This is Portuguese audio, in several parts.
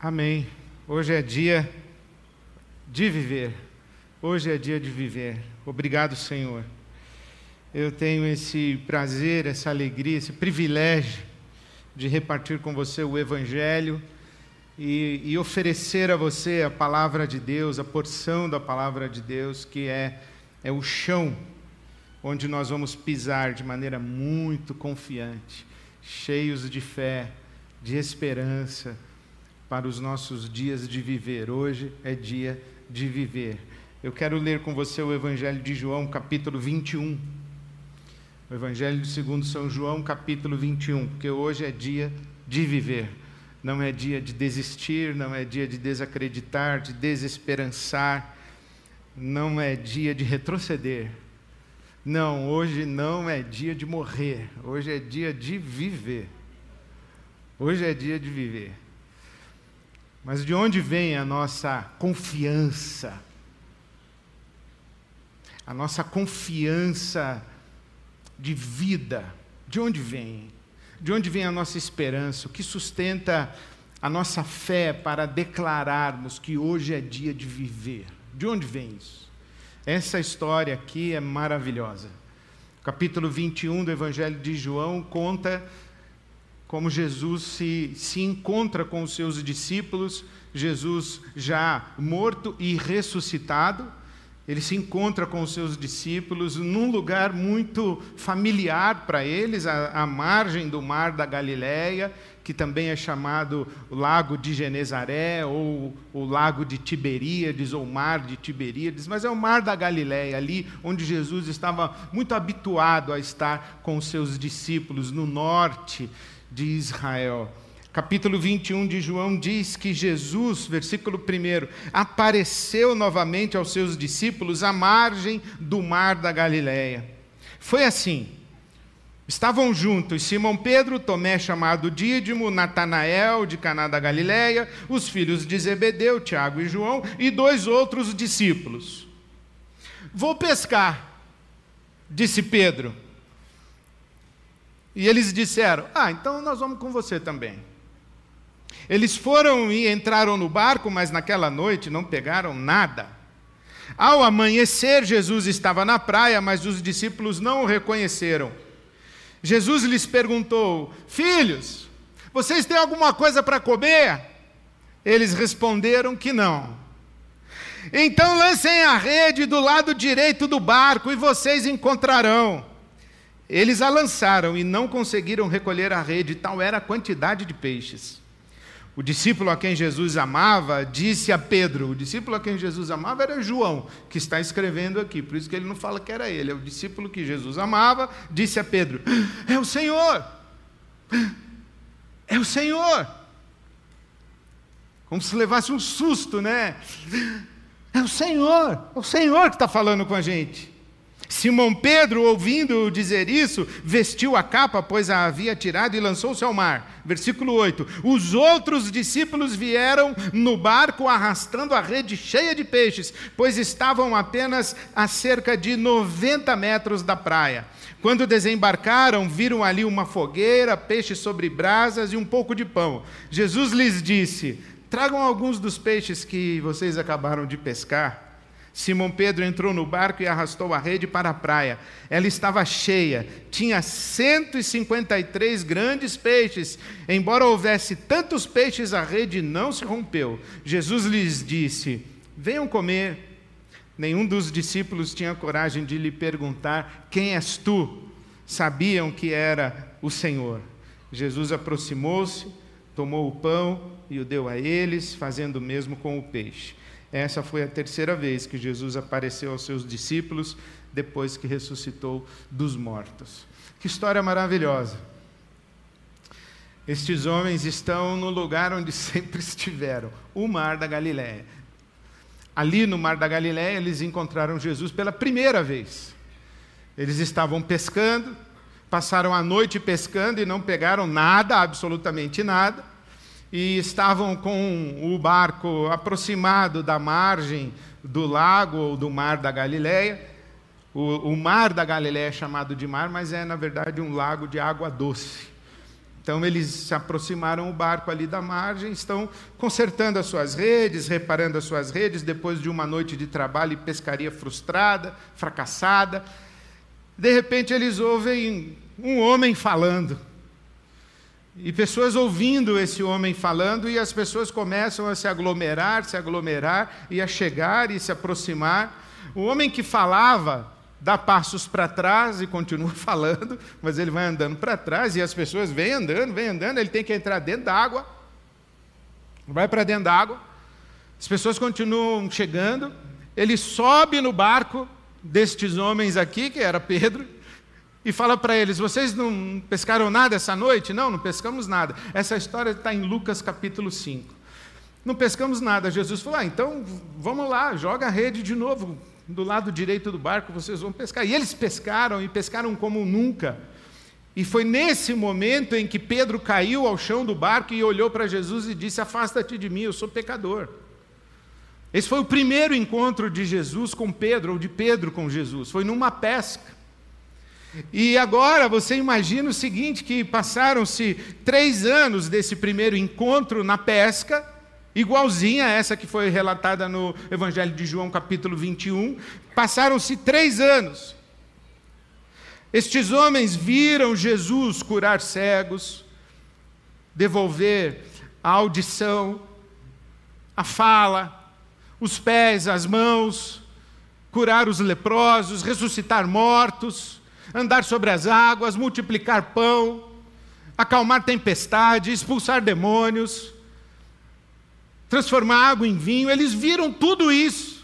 Amém. Hoje é dia de viver. Hoje é dia de viver. Obrigado, Senhor. Eu tenho esse prazer, essa alegria, esse privilégio de repartir com você o Evangelho e oferecer a você a palavra de Deus, a porção da palavra de Deus, que é o chão onde nós vamos pisar de maneira muito confiante, cheios de fé, de esperança, para os nossos dias de viver. Hoje é dia de viver. Eu quero ler com você o Evangelho de João, capítulo 21. O Evangelho segundo São João, capítulo 21, porque hoje é dia de viver. Não é dia de desistir, não é dia de desacreditar, de desesperançar, não é dia de retroceder. Não, hoje não é dia de morrer, hoje é dia de viver. Hoje é dia de viver. Mas de onde vem a nossa confiança? A nossa confiança de vida, de onde vem? De onde vem a nossa esperança? O que sustenta a nossa fé para declararmos que hoje é dia de viver? De onde vem isso? Essa história aqui é maravilhosa. O capítulo 21 do Evangelho de João conta como Jesus se encontra com os seus discípulos, Jesus já morto e ressuscitado. Ele se encontra com os seus discípulos num lugar muito familiar para eles, à margem do mar da Galileia, que também é chamado Lago de Genezaré, ou o Lago de Tiberíades, ou Mar de Tiberíades, mas é o mar da Galileia, ali onde Jesus estava muito habituado a estar com os seus discípulos, no norte de Israel. Capítulo 21 de João diz que Jesus, versículo 1, apareceu novamente aos seus discípulos à margem do mar da Galileia. Foi assim: estavam juntos Simão Pedro, Tomé chamado Dídimo, Natanael de Caná da Galileia, os filhos de Zebedeu, Tiago e João, e 2 outros discípulos. Vou pescar, disse Pedro. E eles disseram: então nós vamos com você também. Eles foram e entraram no barco, mas naquela noite não pegaram nada. Ao amanhecer, Jesus estava na praia, mas os discípulos não o reconheceram. Jesus lhes perguntou: filhos, vocês têm alguma coisa para comer? Eles responderam que não. Então lancem a rede do lado direito do barco e vocês encontrarão. Eles a lançaram e não conseguiram recolher a rede, tal era a quantidade de peixes. O discípulo a quem Jesus amava disse a Pedro, o discípulo a quem Jesus amava era João, que está escrevendo aqui, por isso que ele não fala que era ele, é o discípulo que Jesus amava, disse a Pedro: é o Senhor, é o Senhor. Como se levasse um susto, né? É o Senhor que está falando com a gente. Simão Pedro, ouvindo dizer isso, vestiu a capa, pois a havia tirado, e lançou-se ao mar. Versículo 8. Os outros discípulos vieram no barco arrastando a rede cheia de peixes, pois estavam apenas a cerca de 90 metros da praia. Quando desembarcaram, viram ali uma fogueira, peixes sobre brasas e um pouco de pão. Jesus lhes disse: tragam alguns dos peixes que vocês acabaram de pescar. Simão Pedro entrou no barco e arrastou a rede para a praia. Ela estava cheia, tinha 153 grandes peixes. Embora houvesse tantos peixes, a rede não se rompeu. Jesus lhes disse: venham comer. Nenhum dos discípulos tinha coragem de lhe perguntar: quem és tu? Sabiam que era o Senhor. Jesus aproximou-se, tomou o pão e o deu a eles, fazendo o mesmo com o peixe. Essa foi a 3ª vez que Jesus apareceu aos seus discípulos depois que ressuscitou dos mortos. Que história maravilhosa! Estes homens estão no lugar onde sempre estiveram, o Mar da Galileia. Ali no Mar da Galileia eles encontraram Jesus pela primeira vez. Eles estavam pescando, passaram a noite pescando e não pegaram nada, absolutamente nada. E estavam com o barco aproximado da margem do lago ou do mar da Galileia. O mar da Galileia é chamado de mar, mas é, na verdade, um lago de água doce. Então eles se aproximaram o barco ali da margem, estão consertando as suas redes, reparando as suas redes, depois de uma noite de trabalho e pescaria frustrada, fracassada. De repente eles ouvem um homem falando. E pessoas ouvindo esse homem falando, e as pessoas começam a se aglomerar, e a chegar e se aproximar. O homem que falava dá passos para trás e continua falando, mas ele vai andando para trás, e as pessoas vêm andando, ele tem que entrar dentro da água, vai para dentro da água, as pessoas continuam chegando, ele sobe no barco destes homens aqui, que era Pedro, e fala para eles: vocês não pescaram nada essa noite? Não pescamos nada. Essa história está em Lucas capítulo 5. Não pescamos nada. Jesus falou: então vamos lá, joga a rede de novo do lado direito do barco, vocês vão pescar. E eles pescaram, e pescaram como nunca. E foi nesse momento em que Pedro caiu ao chão do barco e olhou para Jesus e disse: afasta-te de mim, eu sou pecador. Esse foi o primeiro encontro de Jesus com Pedro, ou de Pedro com Jesus, foi numa pesca. E agora você imagina o seguinte, que passaram-se 3 anos desse primeiro encontro na pesca, igualzinha a essa que foi relatada no Evangelho de João, capítulo 21. Passaram-se 3 anos. Estes homens viram Jesus curar cegos, devolver a audição, a fala, os pés, as mãos, curar os leprosos, ressuscitar mortos, andar sobre as águas, multiplicar pão, acalmar tempestade, expulsar demônios, transformar água em vinho. Eles viram tudo isso.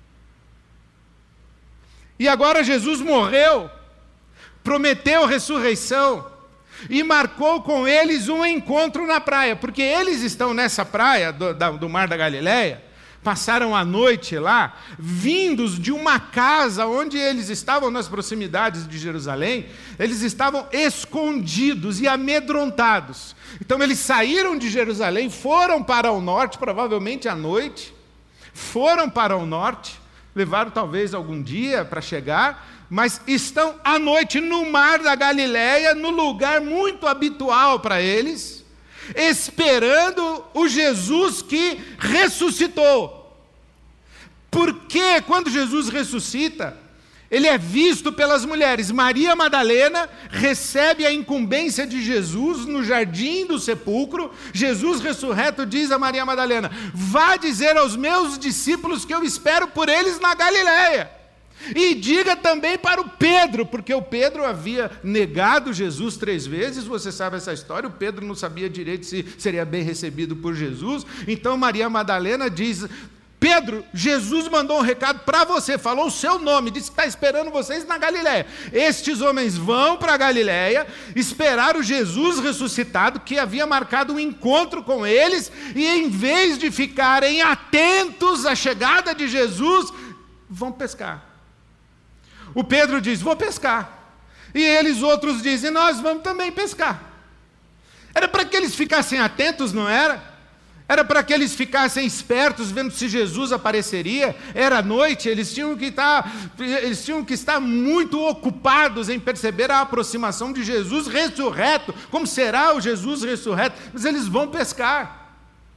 E agora Jesus morreu, prometeu ressurreição e marcou com eles um encontro na praia, porque eles estão nessa praia do Mar da Galileia, passaram a noite lá, vindos de uma casa onde eles estavam nas proximidades de Jerusalém. Eles estavam escondidos e amedrontados. Então eles saíram de Jerusalém, foram para o norte, provavelmente à noite, foram para o norte, levaram talvez algum dia para chegar, mas estão à noite no Mar da Galileia, no lugar muito habitual para eles, esperando o Jesus que ressuscitou. Porque quando Jesus ressuscita, ele é visto pelas mulheres. Maria Madalena recebe a incumbência de Jesus no jardim do sepulcro. Jesus ressurreto diz a Maria Madalena: vá dizer aos meus discípulos que eu espero por eles na Galileia. E diga também para o Pedro, porque o Pedro havia negado Jesus 3 vezes, você sabe essa história. O Pedro não sabia direito se seria bem recebido por Jesus. Então Maria Madalena diz: Pedro, Jesus mandou um recado para você, falou o seu nome, disse que está esperando vocês na Galileia. Estes homens vão para a Galileia esperar o Jesus ressuscitado, que havia marcado um encontro com eles, e em vez de ficarem atentos à chegada de Jesus, vão pescar. O Pedro diz: vou pescar. E eles outros dizem: nós vamos também pescar. Era para que eles ficassem atentos, não era? Era para que eles ficassem espertos, vendo se Jesus apareceria. Era noite, eles tinham que estar muito ocupados em perceber a aproximação de Jesus ressurreto. Como será o Jesus ressurreto? Mas eles vão pescar.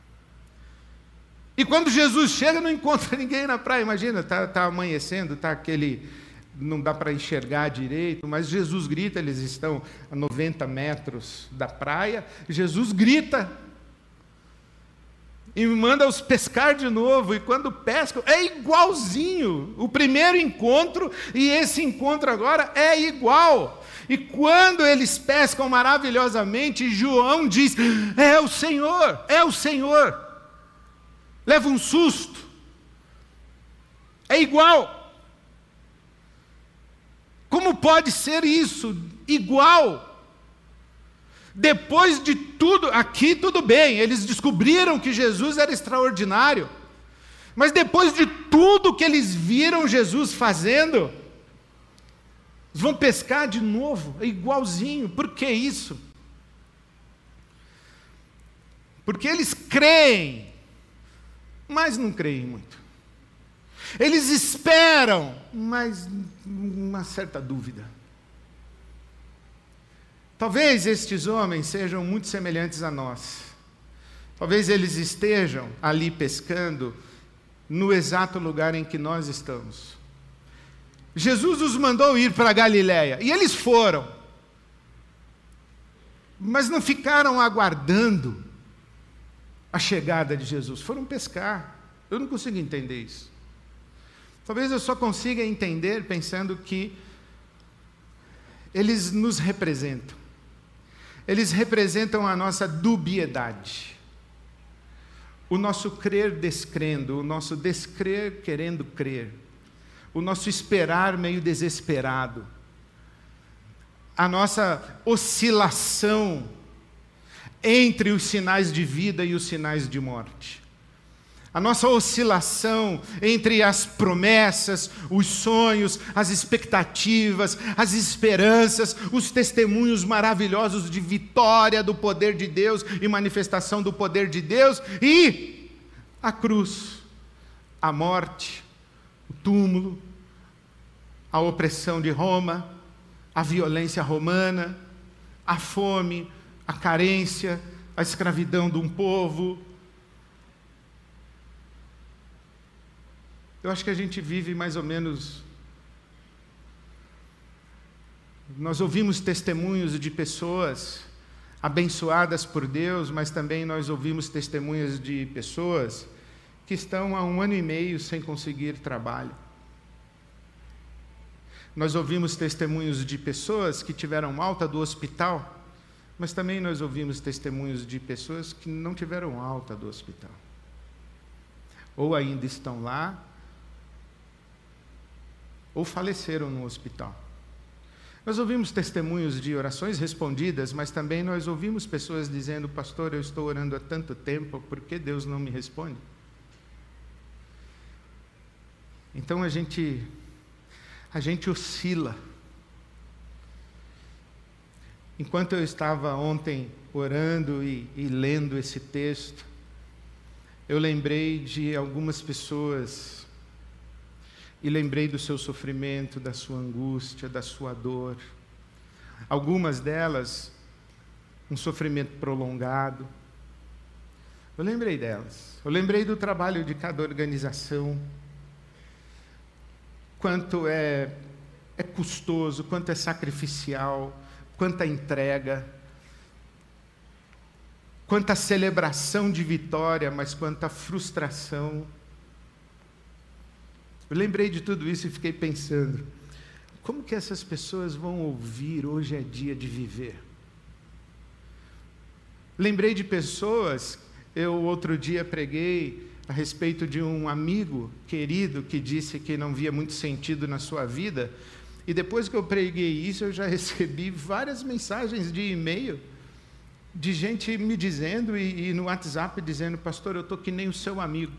E quando Jesus chega, não encontra ninguém na praia. Imagina, está amanhecendo, está aquele... não dá para enxergar direito, mas Jesus grita. Eles estão a 90 metros da praia. Jesus grita e manda-os pescar de novo, e quando pescam, é igualzinho o primeiro encontro, e esse encontro agora é igual. E quando eles pescam maravilhosamente, João diz: é o Senhor, é o Senhor. Leva um susto. É igual. Como pode ser isso? Igual. Depois de tudo, aqui tudo bem, eles descobriram que Jesus era extraordinário, mas depois de tudo que eles viram Jesus fazendo, eles vão pescar de novo, é igualzinho. Por que isso? Porque eles creem, mas não creem muito. Eles esperam, mas uma certa dúvida. Talvez estes homens sejam muito semelhantes a nós. Talvez eles estejam ali pescando no exato lugar em que nós estamos. Jesus os mandou ir para a Galileia, e eles foram. Mas não ficaram aguardando a chegada de Jesus, foram pescar. Eu não consigo entender isso. Talvez eu só consiga entender pensando que eles nos representam. Eles representam a nossa dubiedade. O nosso crer descrendo, o nosso descrer querendo crer. O nosso esperar meio desesperado. A nossa oscilação entre os sinais de vida e os sinais de morte. A nossa oscilação entre as promessas, os sonhos, as expectativas, as esperanças, os testemunhos maravilhosos de vitória do poder de Deus e manifestação do poder de Deus, e a cruz, a morte, o túmulo, a opressão de Roma, a violência romana, a fome, a carência, a escravidão de um povo. Eu acho que a gente vive mais ou menos... Nós ouvimos testemunhos de pessoas abençoadas por Deus, mas também nós ouvimos testemunhos de pessoas que estão há 1 ano e meio sem conseguir trabalho. Nós ouvimos testemunhos de pessoas que tiveram alta do hospital, mas também nós ouvimos testemunhos de pessoas que não tiveram alta do hospital. Ou ainda estão lá, ou faleceram no hospital. Nós ouvimos testemunhos de orações respondidas, mas também nós ouvimos pessoas dizendo: pastor, eu estou orando há tanto tempo, por que Deus não me responde? Então a gente oscila. Enquanto eu estava ontem orando e lendo esse texto, eu lembrei de algumas pessoas e lembrei do seu sofrimento, da sua angústia, da sua dor. Algumas delas, um sofrimento prolongado. Eu lembrei delas. Eu lembrei do trabalho de cada organização. Quanto é custoso, quanto é sacrificial, quanta entrega, quanta celebração de vitória, mas quanta frustração. Eu lembrei de tudo isso e fiquei pensando, como que essas pessoas vão ouvir hoje é dia de viver? Lembrei de pessoas, eu outro dia preguei a respeito de um amigo querido que disse que não via muito sentido na sua vida, e depois que eu preguei isso, eu já recebi várias mensagens de e-mail, de gente me dizendo, e no WhatsApp dizendo: pastor, eu estou que nem o seu amigo.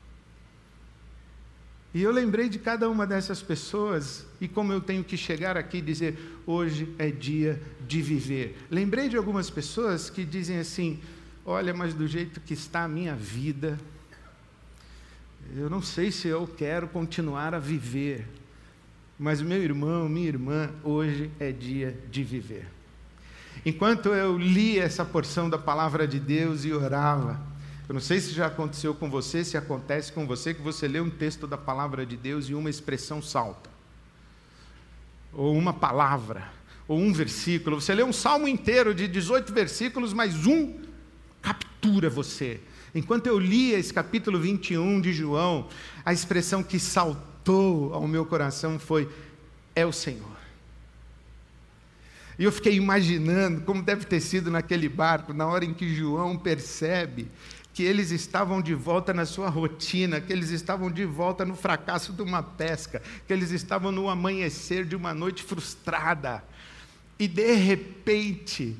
E eu lembrei de cada uma dessas pessoas, e como eu tenho que chegar aqui e dizer: hoje é dia de viver. Lembrei de algumas pessoas que dizem assim: olha, mas do jeito que está a minha vida, eu não sei se eu quero continuar a viver. Mas meu irmão, minha irmã, hoje é dia de viver. Enquanto eu li essa porção da palavra de Deus e orava, eu não sei se já aconteceu com você, se acontece com você, que você lê um texto da palavra de Deus e uma expressão salta. Ou uma palavra, ou um versículo. Você lê um salmo inteiro de 18 versículos, mas um captura você. Enquanto eu lia esse capítulo 21 de João, a expressão que saltou ao meu coração foi: é o Senhor. E eu fiquei imaginando como deve ter sido naquele barco, na hora em que João percebe que eles estavam de volta na sua rotina, que eles estavam de volta no fracasso de uma pesca, que eles estavam no amanhecer de uma noite frustrada. E de repente,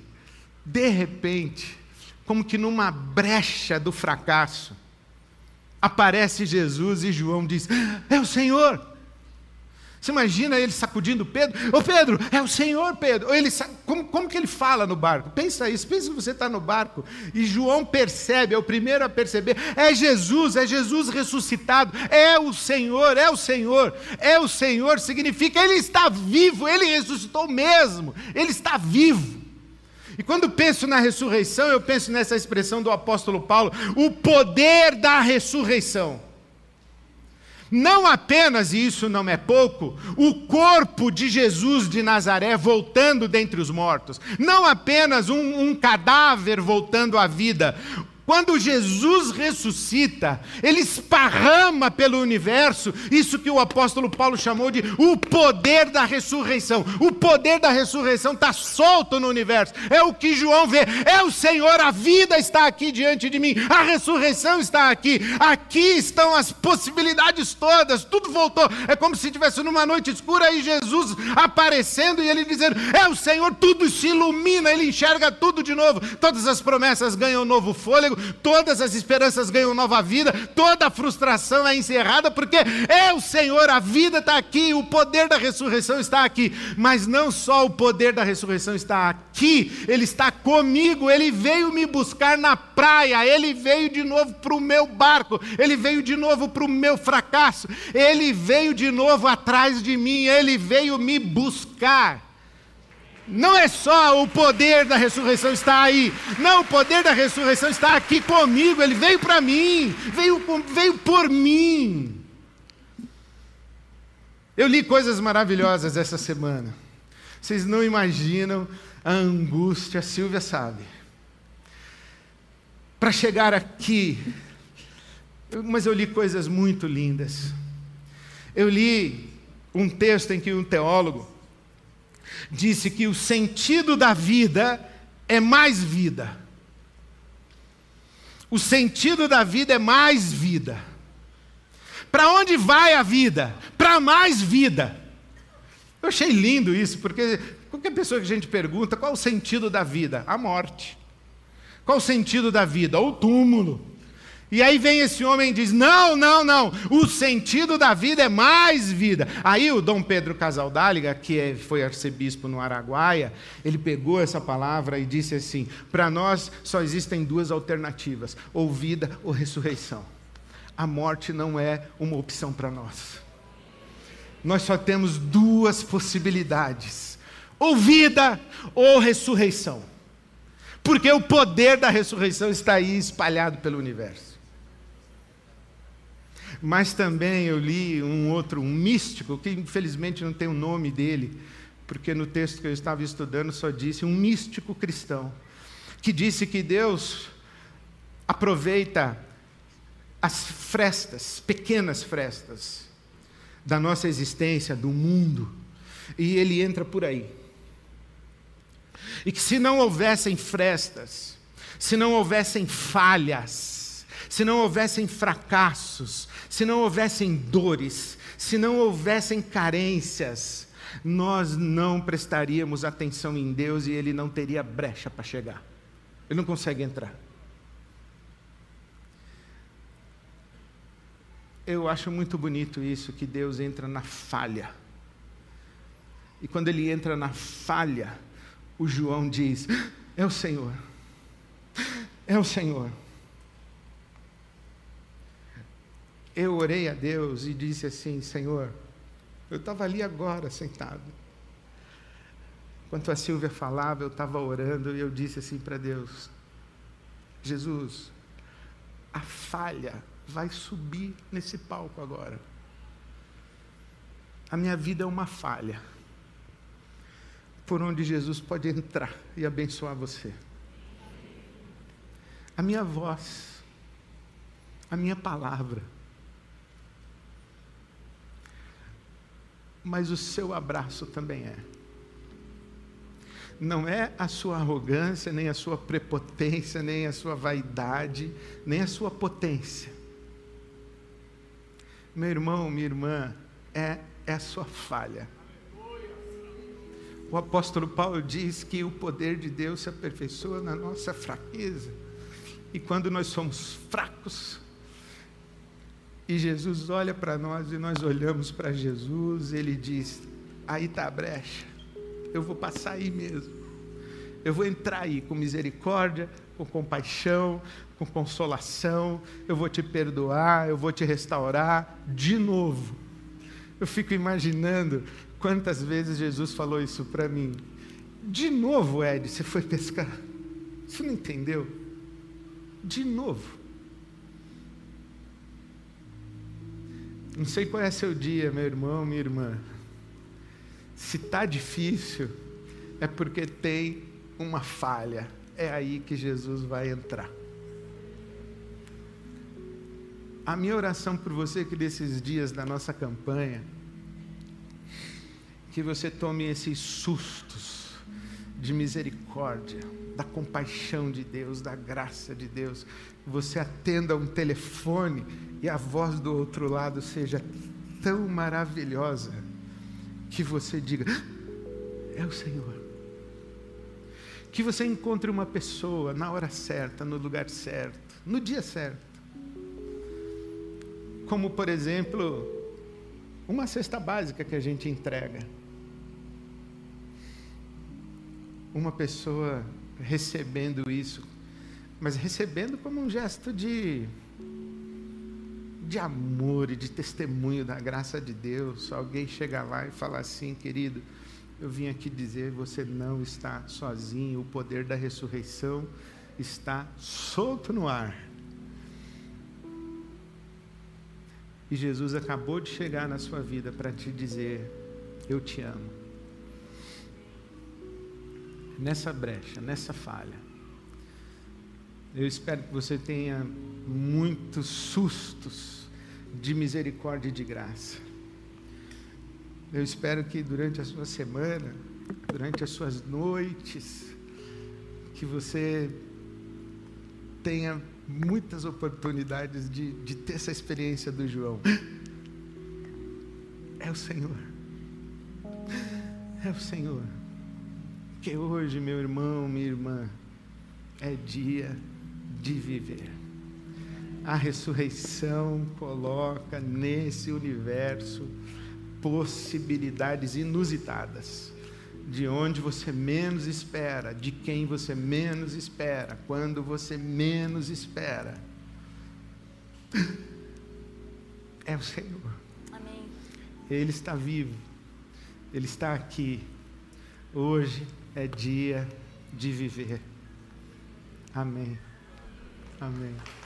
como que numa brecha do fracasso, aparece Jesus e João diz: é o Senhor. Você imagina ele sacudindo Pedro? Ô Pedro, é o Senhor, Pedro. Ou ele, como que ele fala no barco? Pensa isso, pensa que você está no barco e João percebe, é o primeiro a perceber: é Jesus ressuscitado, é o Senhor, é o Senhor. É o Senhor significa ele está vivo, ele ressuscitou mesmo, ele está vivo. E quando penso na ressurreição, eu penso nessa expressão do apóstolo Paulo, o poder da ressurreição. Não apenas, e isso não é pouco, o corpo de Jesus de Nazaré voltando dentre os mortos. Não apenas um cadáver voltando à vida. Quando Jesus ressuscita, Ele esparrama pelo universo isso que o apóstolo Paulo chamou de o poder da ressurreição. O poder da ressurreição está solto no universo. É o que João vê. É o Senhor, a vida está aqui diante de mim. A ressurreição está aqui. Aqui estão as possibilidades todas. Tudo voltou. É como se estivesse numa noite escura e Jesus aparecendo e Ele dizendo, é o Senhor, tudo se ilumina. Ele enxerga tudo de novo. Todas as promessas ganham novo fôlego. Todas as esperanças ganham nova vida, toda a frustração é encerrada, porque é o Senhor, a vida está aqui, o poder da ressurreição está aqui, mas não só o poder da ressurreição está aqui, Ele está comigo, Ele veio me buscar na praia, Ele veio de novo para o meu barco, Ele veio de novo para o meu fracasso, Ele veio de novo atrás de mim, Ele veio me buscar. Não é só o poder da ressurreição está aí. Não, o poder da ressurreição está aqui comigo. Ele veio para mim. Veio por mim. Eu li coisas maravilhosas essa semana. Vocês não imaginam a angústia, a Silvia sabe. Para chegar aqui. Mas eu li coisas muito lindas. Eu li um texto em que um teólogo disse que o sentido da vida é mais vida. O sentido da vida é mais vida. Para onde vai a vida? Para mais vida. Eu achei lindo isso, porque qualquer pessoa que a gente pergunta qual o sentido da vida? A morte. Qual o sentido da vida? O túmulo. E aí vem esse homem e diz, não, o sentido da vida é mais vida. Aí o Dom Pedro Casaldáliga, que foi arcebispo no Araguaia, ele pegou essa palavra e disse assim, para nós só existem duas alternativas, ou vida ou ressurreição. A morte não é uma opção para nós. Nós só temos duas possibilidades, ou vida ou ressurreição. Porque o poder da ressurreição está aí espalhado pelo universo. Mas também eu li um místico, que infelizmente não tem o nome dele, porque no texto que eu estava estudando só disse um místico cristão, que disse que Deus aproveita as frestas, pequenas frestas, da nossa existência, do mundo, e Ele entra por aí. E que se não houvessem frestas, se não houvessem falhas, se não houvessem fracassos, se não houvessem dores, se não houvessem carências, nós não prestaríamos atenção em Deus e Ele não teria brecha para chegar. Ele não consegue entrar. Eu acho muito bonito isso, que Deus entra na falha. E quando Ele entra na falha, o João diz, é o Senhor. É o Senhor. Eu orei a Deus e disse assim, Senhor, eu estava ali agora sentado. Enquanto a Silvia falava, eu estava orando e eu disse assim para Deus, Jesus, a falha vai subir nesse palco agora. A minha vida é uma falha, por onde Jesus pode entrar e abençoar você. A minha voz, a minha palavra, mas o seu abraço também é. Não é a sua arrogância, nem a sua prepotência, nem a sua vaidade, nem a sua potência. Meu irmão, minha irmã, é a sua falha. O apóstolo Paulo diz que o poder de Deus se aperfeiçoa na nossa fraqueza. E quando nós somos fracos, e Jesus olha para nós e nós olhamos para Jesus, Ele diz, aí está a brecha, eu vou passar aí mesmo, eu vou entrar aí com misericórdia, com compaixão, com consolação, eu vou te perdoar, eu vou te restaurar de novo. Eu fico imaginando quantas vezes Jesus falou isso para mim, De novo, Ed, você foi pescar. Você não entendeu? De novo. Não sei qual é seu dia, meu irmão, minha irmã. Se está difícil, é porque tem uma falha. É aí que Jesus vai entrar. A minha oração por você que desses dias da nossa campanha, que você tome esses sustos de misericórdia, da compaixão de Deus, da graça de Deus. Você atenda um telefone e a voz do outro lado seja tão maravilhosa que você diga: é o Senhor. Que você encontre uma pessoa na hora certa, no lugar certo, no dia certo. Como, por exemplo, uma cesta básica que a gente entrega. Uma pessoa recebendo isso, mas recebendo como um gesto de amor e de testemunho da graça de Deus. Alguém chegar lá e falar assim: querido, eu vim aqui dizer, você não está sozinho, o poder da ressurreição está solto no ar. E Jesus acabou de chegar na sua vida para te dizer: eu te amo. Nessa brecha, nessa falha, eu espero que você tenha muitos sustos de misericórdia e de graça. Eu espero que durante a sua semana, durante as suas noites, que você tenha muitas oportunidades de ter essa experiência do João. É o Senhor. É o Senhor. Que hoje, meu irmão, minha irmã, é dia de viver. A ressurreição coloca nesse universo possibilidades inusitadas, de onde você menos espera, de quem você menos espera, quando você menos espera. É o Senhor. Amém. Ele está vivo, Ele está aqui. Hoje é dia de viver. Amém. Amém.